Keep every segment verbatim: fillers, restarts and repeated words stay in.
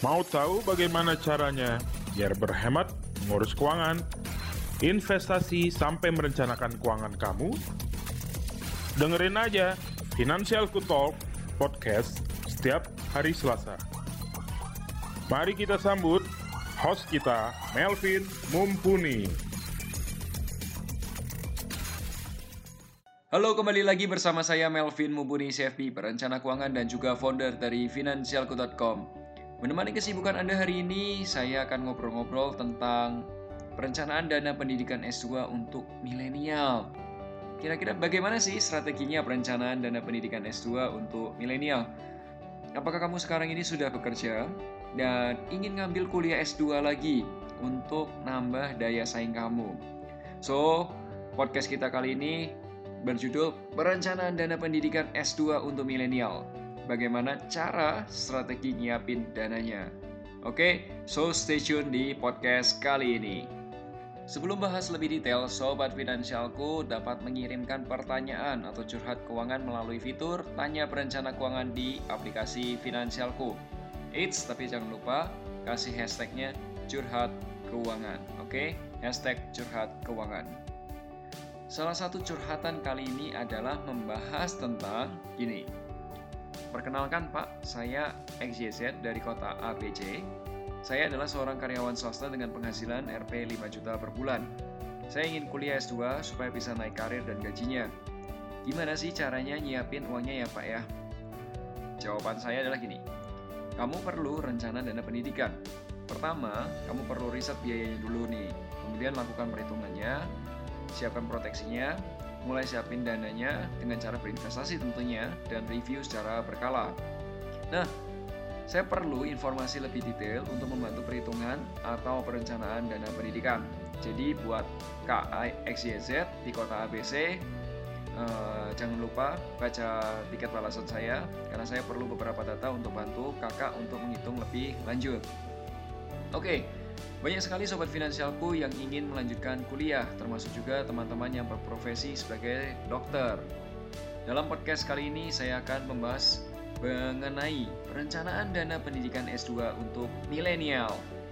Mau tahu bagaimana caranya biar berhemat, mengurus keuangan, investasi sampai merencanakan keuangan kamu? Dengerin aja Financialku Talk Podcast setiap hari Selasa. Mari kita sambut host kita, Melvin Mumpuni. Halo, kembali lagi bersama saya Melvin Mumpuni C F P, perencana keuangan dan juga founder dari Financialku dot com. Menemani kesibukan Anda hari ini, saya akan ngobrol-ngobrol tentang perencanaan dana pendidikan S dua untuk milenial. Kira-kira bagaimana sih strateginya perencanaan dana pendidikan S dua untuk milenial? Apakah kamu sekarang ini sudah bekerja dan ingin ngambil kuliah S dua lagi untuk nambah daya saing kamu? So, podcast kita kali ini berjudul Perencanaan Dana Pendidikan S dua untuk Milenial. Bagaimana cara strategi nyiapin dananya? Oke, so stay tune di podcast kali ini. Sebelum bahas lebih detail, Sobat Finansialku dapat mengirimkan pertanyaan atau curhat keuangan melalui fitur Tanya Perencana Keuangan di aplikasi Finansialku. Eits, tapi jangan lupa kasih hashtagnya curhat keuangan. Oke, hashtag curhat keuangan. Salah satu curhatan kali ini adalah membahas tentang gini. Perkenalkan Pak, saya X Y Z dari kota A B C. Saya adalah seorang karyawan swasta dengan penghasilan R P lima juta per bulan. Saya ingin kuliah S dua supaya bisa naik karir dan gajinya. Gimana sih caranya nyiapin uangnya ya Pak ya? Jawaban saya adalah gini. Kamu perlu rencana dana pendidikan. Pertama, kamu perlu riset biayanya dulu nih. Kemudian lakukan perhitungannya. Siapkan proteksinya, mulai siapin dananya dengan cara berinvestasi tentunya, dan review secara berkala. Nah, saya perlu informasi lebih detail untuk membantu perhitungan atau perencanaan dana pendidikan. Jadi buat K A X Y Z di kota A B C, eh, jangan lupa baca tiket balasan saya, karena saya perlu beberapa data untuk bantu kakak untuk menghitung lebih lanjut. Oke. Banyak sekali sobat finansialku yang ingin melanjutkan kuliah, termasuk juga teman-teman yang berprofesi sebagai dokter. Dalam podcast kali ini saya akan membahas mengenai perencanaan dana pendidikan S dua untuk milenial.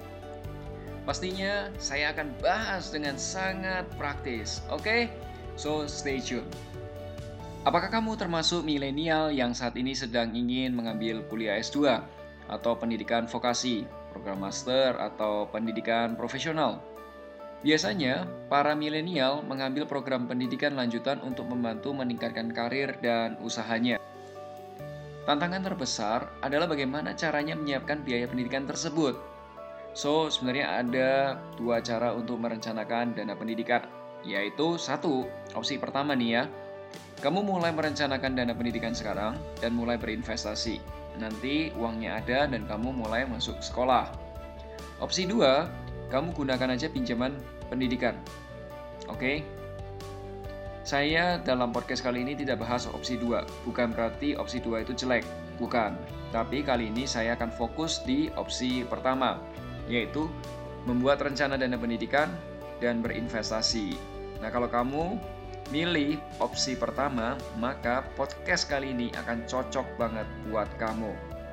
Pastinya saya akan bahas dengan sangat praktis, oke? So stay tune. Apakah kamu termasuk milenial yang saat ini sedang ingin mengambil kuliah S dua atau pendidikan vokasi, program master, atau pendidikan profesional? Biasanya, para milenial mengambil program pendidikan lanjutan untuk membantu meningkatkan karir dan usahanya. Tantangan terbesar adalah bagaimana caranya menyiapkan biaya pendidikan tersebut. So, sebenarnya ada dua cara untuk merencanakan dana pendidikan, yaitu satu, opsi pertama nih ya, kamu mulai merencanakan dana pendidikan sekarang dan mulai berinvestasi. Nanti uangnya ada dan kamu mulai masuk sekolah. Opsi dua, kamu gunakan aja pinjaman pendidikan. Oke? Saya dalam podcast kali ini tidak bahas opsi dua. Bukan berarti opsi dua itu jelek. Bukan. Tapi kali ini saya akan fokus di opsi pertama, yaitu membuat rencana dana pendidikan dan berinvestasi. Nah, kalau kamu milih opsi pertama, maka podcast kali ini akan cocok banget buat kamu.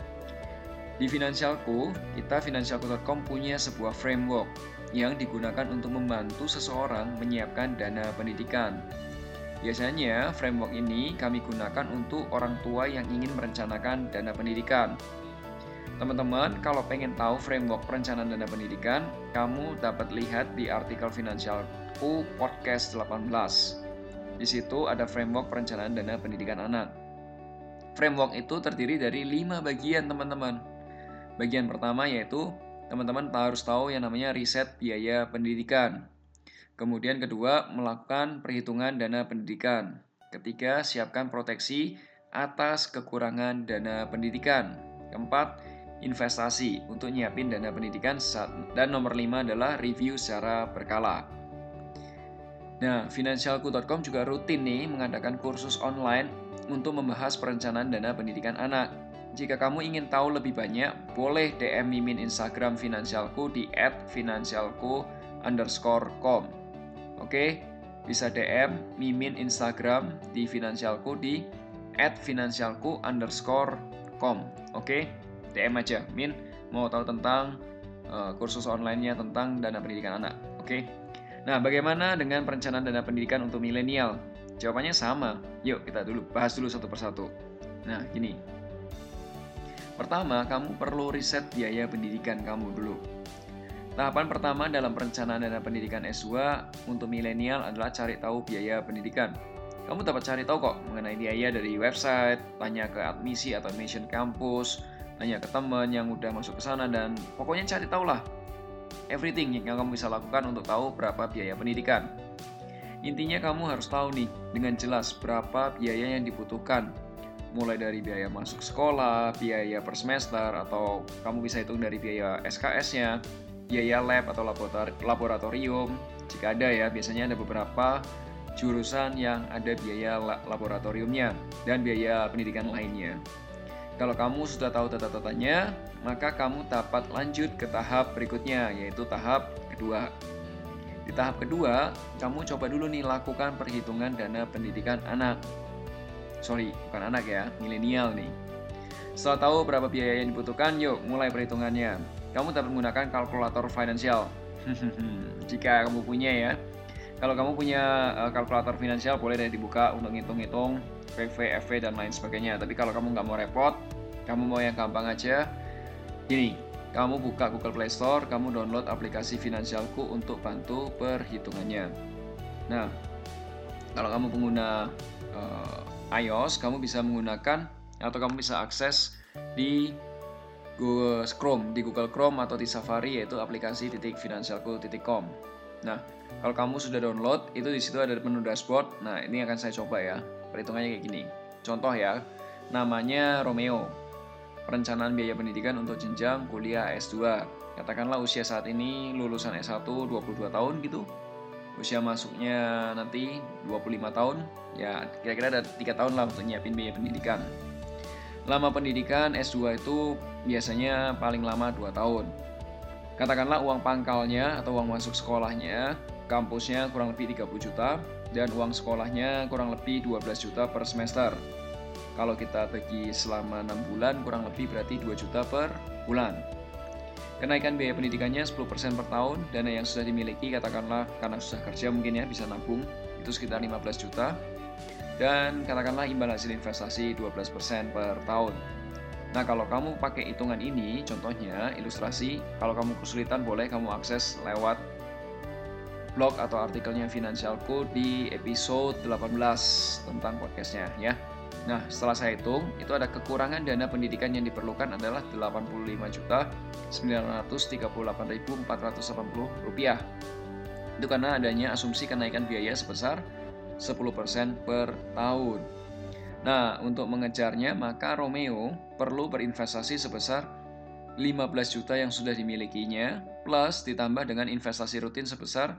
Di Finansialku, kita Financialku dot com punya sebuah framework yang digunakan untuk membantu seseorang menyiapkan dana pendidikan. Biasanya, framework ini kami gunakan untuk orang tua yang ingin merencanakan dana pendidikan. Teman-teman, kalau pengen tahu framework perencanaan dana pendidikan, kamu dapat lihat di artikel Finansialku Podcast delapan belas. Di situ ada framework perencanaan dana pendidikan anak. Framework itu terdiri dari lima bagian, teman-teman. Bagian pertama yaitu teman-teman harus tahu yang namanya riset biaya pendidikan. Kemudian kedua, melakukan perhitungan dana pendidikan. Ketiga, siapkan proteksi atas kekurangan dana pendidikan. Keempat, investasi untuk nyiapin dana pendidikan. Dan nomor lima adalah review secara berkala. Nah, Financialku dot com juga rutin nih mengadakan kursus online untuk membahas perencanaan dana pendidikan anak. Jika kamu ingin tahu lebih banyak, boleh D M Mimin Instagram Finansialku di et finansialku underscore com. Oke, bisa D M Mimin Instagram di Finansialku di et finansialku underscore com. Oke, D M aja, Min, mau tahu tentang uh, kursus online-nya tentang dana pendidikan anak. Oke. Nah, bagaimana dengan perencanaan dana pendidikan untuk milenial? Jawabannya sama. Yuk kita dulu bahas dulu satu persatu. Nah, gini. Pertama, kamu perlu riset biaya pendidikan kamu dulu. Tahapan pertama dalam perencanaan dana pendidikan S dua untuk milenial adalah cari tahu biaya pendidikan. Kamu dapat cari tahu kok mengenai biaya dari website, tanya ke admisi atau admission kampus, tanya ke teman yang udah masuk ke sana, dan pokoknya cari tahu lah everything yang kamu bisa lakukan untuk tahu berapa biaya pendidikan. Intinya kamu harus tahu nih dengan jelas berapa biaya yang dibutuhkan. Mulai dari biaya masuk sekolah, biaya per semester, atau kamu bisa hitung dari biaya S K S-nya, biaya lab atau laboratorium. Jika ada ya, biasanya ada beberapa jurusan yang ada biaya laboratoriumnya dan biaya pendidikan lainnya. Kalau kamu sudah tahu data-datanya, maka kamu dapat lanjut ke tahap berikutnya, yaitu tahap kedua. Di tahap kedua, kamu coba dulu nih lakukan perhitungan dana pendidikan anak. Sorry, bukan anak ya, milenial nih. Setelah tahu berapa biaya yang dibutuhkan, yuk mulai perhitungannya. Kamu dapat menggunakan kalkulator finansial. Jika kamu punya ya. Kalau kamu punya uh, kalkulator finansial, boleh deh dibuka untuk ngitung-ngitung P V, F V, dan lain sebagainya. Tapi kalau kamu nggak mau repot, kamu mau yang gampang aja, gini, kamu buka Google Play Store, kamu download aplikasi Finansialku untuk bantu perhitungannya. Nah, kalau kamu pengguna uh, iOS, kamu bisa menggunakan atau kamu bisa akses di Google Chrome, di Google Chrome atau di Safari, yaitu aplikasi titik finansialku titik com. Nah, kalau kamu sudah download, itu di situ ada menu dashboard. Nah, ini akan saya coba ya. Perhitungannya kayak gini. Contoh ya, namanya Romeo. Perencanaan biaya pendidikan untuk jenjang kuliah S dua. Katakanlah usia saat ini lulusan S satu dua puluh dua tahun gitu. Usia masuknya nanti dua puluh lima tahun. Ya, kira-kira ada tiga tahun lah untuk nyiapin biaya pendidikan. Lama pendidikan S dua itu biasanya paling lama dua tahun. Katakanlah uang pangkalnya atau uang masuk sekolahnya, kampusnya kurang lebih tiga puluh juta, dan uang sekolahnya kurang lebih dua belas juta per semester. Kalau kita bagi selama enam bulan, kurang lebih berarti dua juta per bulan. Kenaikan biaya pendidikannya sepuluh persen per tahun, dana yang sudah dimiliki katakanlah karena sudah kerja mungkin ya bisa nabung, itu sekitar lima belas juta. Dan katakanlah imbal hasil investasi dua belas persen per tahun. Nah, kalau kamu pakai hitungan ini, contohnya ilustrasi, kalau kamu kesulitan boleh kamu akses lewat blog atau artikelnya Finansialku di episode delapan belas tentang podcastnya ya. Nah, setelah saya hitung, itu ada kekurangan dana pendidikan yang diperlukan adalah delapan puluh lima juta sembilan ratus tiga puluh delapan ribu empat ratus delapan puluh rupiah. Itu karena adanya asumsi kenaikan biaya sebesar sepuluh persen per tahun. Nah, untuk mengejarnya, maka Romeo perlu berinvestasi sebesar lima belas juta yang sudah dimilikinya, plus ditambah dengan investasi rutin sebesar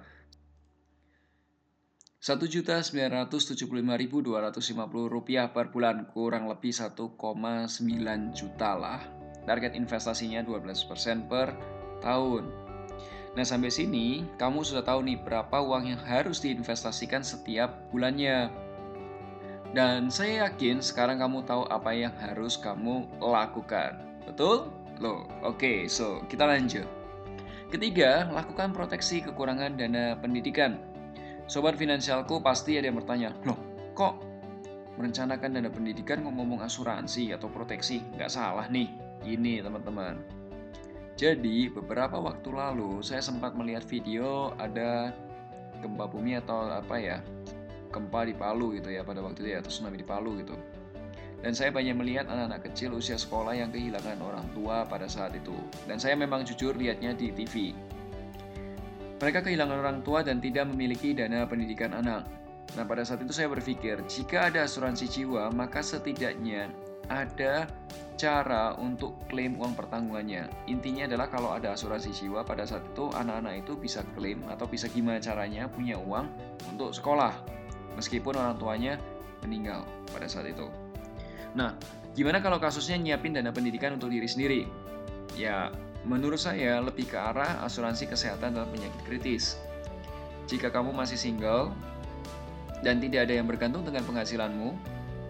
satu juta sembilan ratus tujuh puluh lima ribu dua ratus lima puluh rupiah per bulan, kurang lebih satu koma sembilan juta lah. Target investasinya dua belas persen per tahun. Nah, sampai sini kamu sudah tahu nih berapa uang yang harus diinvestasikan setiap bulannya. Dan saya yakin sekarang kamu tahu apa yang harus kamu lakukan. Betul? Loh, oke, okay, so kita lanjut. Ketiga, lakukan proteksi kekurangan dana pendidikan. Sobat Finansialku pasti ada yang bertanya, loh kok merencanakan dana pendidikan kok ngomong asuransi atau proteksi? Nggak salah nih, ini teman-teman. Jadi beberapa waktu lalu saya sempat melihat video ada gempa bumi atau apa ya, gempa di Palu gitu ya pada waktu itu ya, atau tsunami di Palu gitu. Dan saya banyak melihat anak-anak kecil usia sekolah yang kehilangan orang tua pada saat itu. Dan saya memang jujur lihatnya di T V. Mereka kehilangan orang tua dan tidak memiliki dana pendidikan anak. Nah, pada saat itu saya berpikir, jika ada asuransi jiwa, maka setidaknya ada cara untuk klaim uang pertanggungannya. Intinya adalah kalau ada asuransi jiwa, pada saat itu anak-anak itu bisa klaim atau bisa gimana caranya punya uang untuk sekolah, meskipun orang tuanya meninggal pada saat itu. Nah, gimana kalau kasusnya nyiapin dana pendidikan untuk diri sendiri? Ya, menurut saya lebih ke arah asuransi kesehatan dalam penyakit kritis. Jika kamu masih single dan tidak ada yang bergantung dengan penghasilanmu,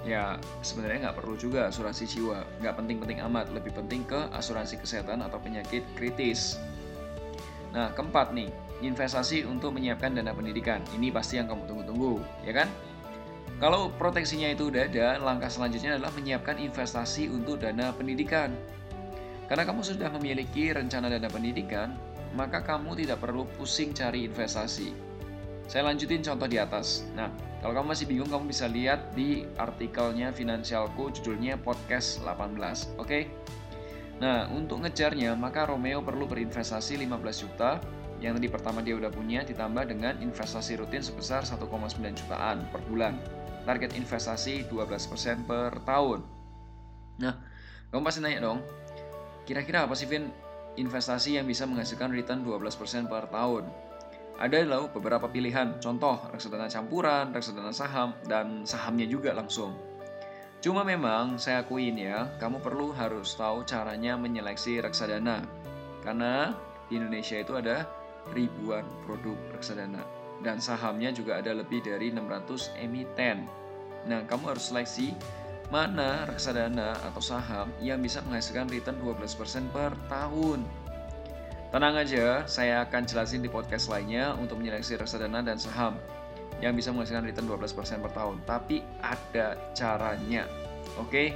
ya sebenarnya nggak perlu juga asuransi jiwa, nggak penting-penting amat, lebih penting ke asuransi kesehatan atau penyakit kritis. Nah, keempat nih, investasi untuk menyiapkan dana pendidikan. Ini pasti yang kamu tunggu-tunggu, ya kan? Kalau proteksinya itu udah ada, langkah selanjutnya adalah menyiapkan investasi untuk dana pendidikan. Karena kamu sudah memiliki rencana dana pendidikan, maka kamu tidak perlu pusing cari investasi. Saya lanjutin contoh di atas. Nah, kalau kamu masih bingung, kamu bisa lihat di artikelnya Finansialku, judulnya Podcast delapan belas. Oke? Nah, untuk ngejarnya, maka Romeo perlu berinvestasi lima belas juta, yang tadi pertama dia udah punya, ditambah dengan investasi rutin sebesar satu koma sembilan jutaan per bulan. Target investasi dua belas persen per tahun. Nah, kamu pasti nanya dong, kira-kira apa sih, Vin, investasi yang bisa menghasilkan return dua belas persen per tahun? Ada loh beberapa pilihan, contoh reksadana campuran, reksadana saham, dan sahamnya juga langsung. Cuma memang saya akuin ya, kamu perlu harus tahu caranya menyeleksi reksadana. Karena di Indonesia itu ada ribuan produk reksadana. Dan sahamnya juga ada lebih dari enam ratus emiten. Nah, kamu harus seleksi mana reksadana atau saham yang bisa menghasilkan return dua belas persen per tahun. Tenang aja, saya akan jelasin di podcast lainnya untuk menyeleksi reksadana dan saham yang bisa menghasilkan return dua belas persen per tahun. Tapi ada caranya, oke?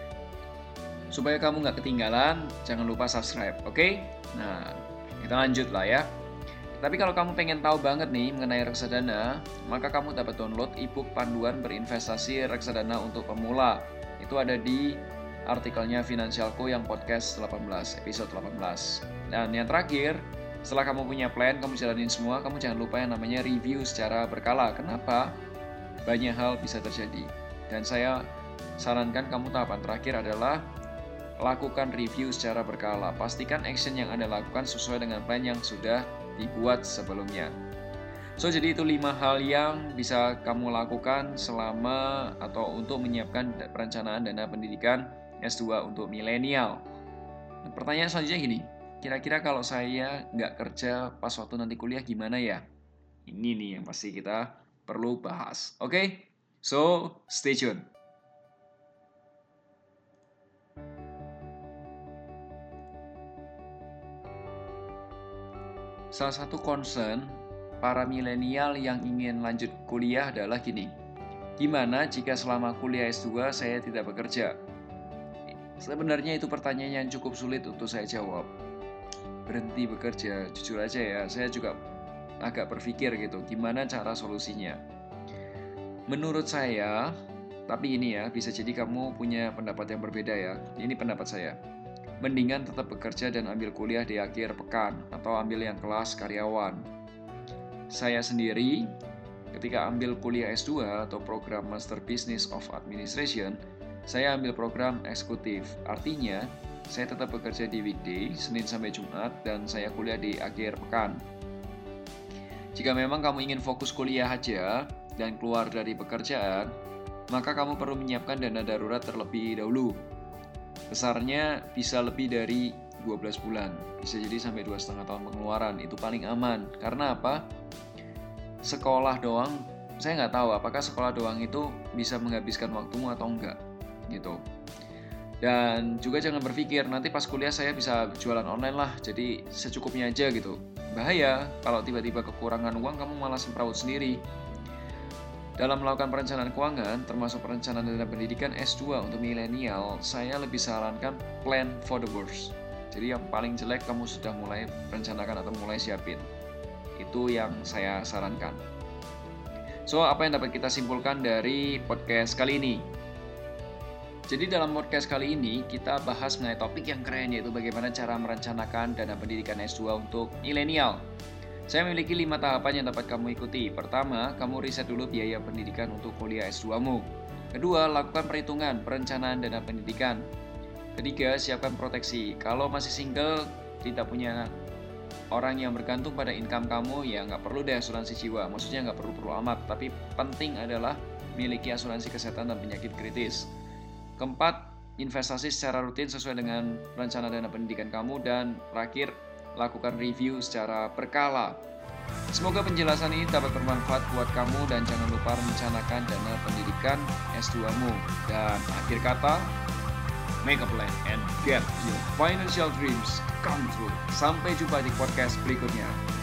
Supaya kamu nggak ketinggalan, jangan lupa subscribe, oke? Nah, kita lanjut lah ya. Tapi kalau kamu pengen tahu banget nih mengenai reksadana, maka kamu dapat download ebook panduan berinvestasi reksadana untuk pemula. Itu ada di artikelnya Finansialku yang podcast delapan belas, episode delapan belas. Dan yang terakhir, setelah kamu punya plan, kamu jalanin semua, kamu jangan lupa yang namanya review secara berkala. Kenapa? Banyak hal bisa terjadi. Dan saya sarankan kamu tahapan terakhir adalah lakukan review secara berkala. Pastikan action yang Anda lakukan sesuai dengan plan yang sudah dibuat sebelumnya. So, jadi itu lima hal yang bisa kamu lakukan selama atau untuk menyiapkan perencanaan dana pendidikan S dua untuk milenial. Pertanyaan selanjutnya gini, kira-kira kalau saya nggak kerja pas waktu nanti kuliah gimana ya? Ini nih yang pasti kita perlu bahas. Oke? Okay? So, stay tune. Salah satu concern para milenial yang ingin lanjut kuliah adalah gini, gimana jika selama kuliah S dua saya tidak bekerja? Sebenarnya itu pertanyaan yang cukup sulit untuk saya jawab. Berhenti bekerja, jujur aja ya, saya juga agak berpikir gitu, gimana cara solusinya. Menurut saya, tapi ini ya, bisa jadi kamu punya pendapat yang berbeda ya, ini pendapat saya. Mendingan tetap bekerja dan ambil kuliah di akhir pekan atau ambil yang kelas karyawan. Saya sendiri ketika ambil kuliah S dua atau program Master Business of Administration, saya ambil program eksekutif. Artinya, saya tetap bekerja di weekday, Senin sampai Jumat, dan saya kuliah di akhir pekan. Jika memang kamu ingin fokus kuliah aja dan keluar dari pekerjaan, maka kamu perlu menyiapkan dana darurat terlebih dahulu. Besarnya bisa lebih dari dua belas bulan, bisa jadi sampai dua setengah tahun pengeluaran, itu paling aman. Karena apa? Sekolah doang, saya nggak tahu apakah sekolah doang itu bisa menghabiskan waktumu atau enggak, gitu. Dan juga jangan berpikir, nanti pas kuliah saya bisa jualan online lah, jadi secukupnya aja gitu. Bahaya, kalau tiba-tiba kekurangan uang, kamu malah semrawut sendiri. Dalam melakukan perencanaan keuangan, termasuk perencanaan dana pendidikan S dua untuk milenial, saya lebih sarankan plan for the worst. Jadi yang paling jelek kamu sudah mulai rencanakan atau mulai siapin. Itu yang saya sarankan. So, apa yang dapat kita simpulkan dari podcast kali ini? Jadi dalam podcast kali ini, kita bahas mengenai topik yang keren, yaitu bagaimana cara merencanakan dana pendidikan S dua untuk milenial. Saya memiliki lima tahapan yang dapat kamu ikuti. Pertama, kamu riset dulu biaya pendidikan untuk kuliah S dua-mu. Kedua, lakukan perhitungan perencanaan dana pendidikan. Ketiga, siapkan proteksi. Kalau masih single, tidak punya orang yang bergantung pada income kamu, ya nggak perlu deh asuransi jiwa. Maksudnya nggak perlu-perlu amat, tapi penting adalah miliki asuransi kesehatan dan penyakit kritis. Keempat, investasi secara rutin sesuai dengan rencana dana pendidikan kamu. Dan terakhir, lakukan review secara berkala. Semoga penjelasan ini dapat bermanfaat buat kamu dan jangan lupa rencanakan dana pendidikan S dua-mu. Dan akhir kata, make a plan and get your financial dreams come true. Sampai jumpa di podcast berikutnya.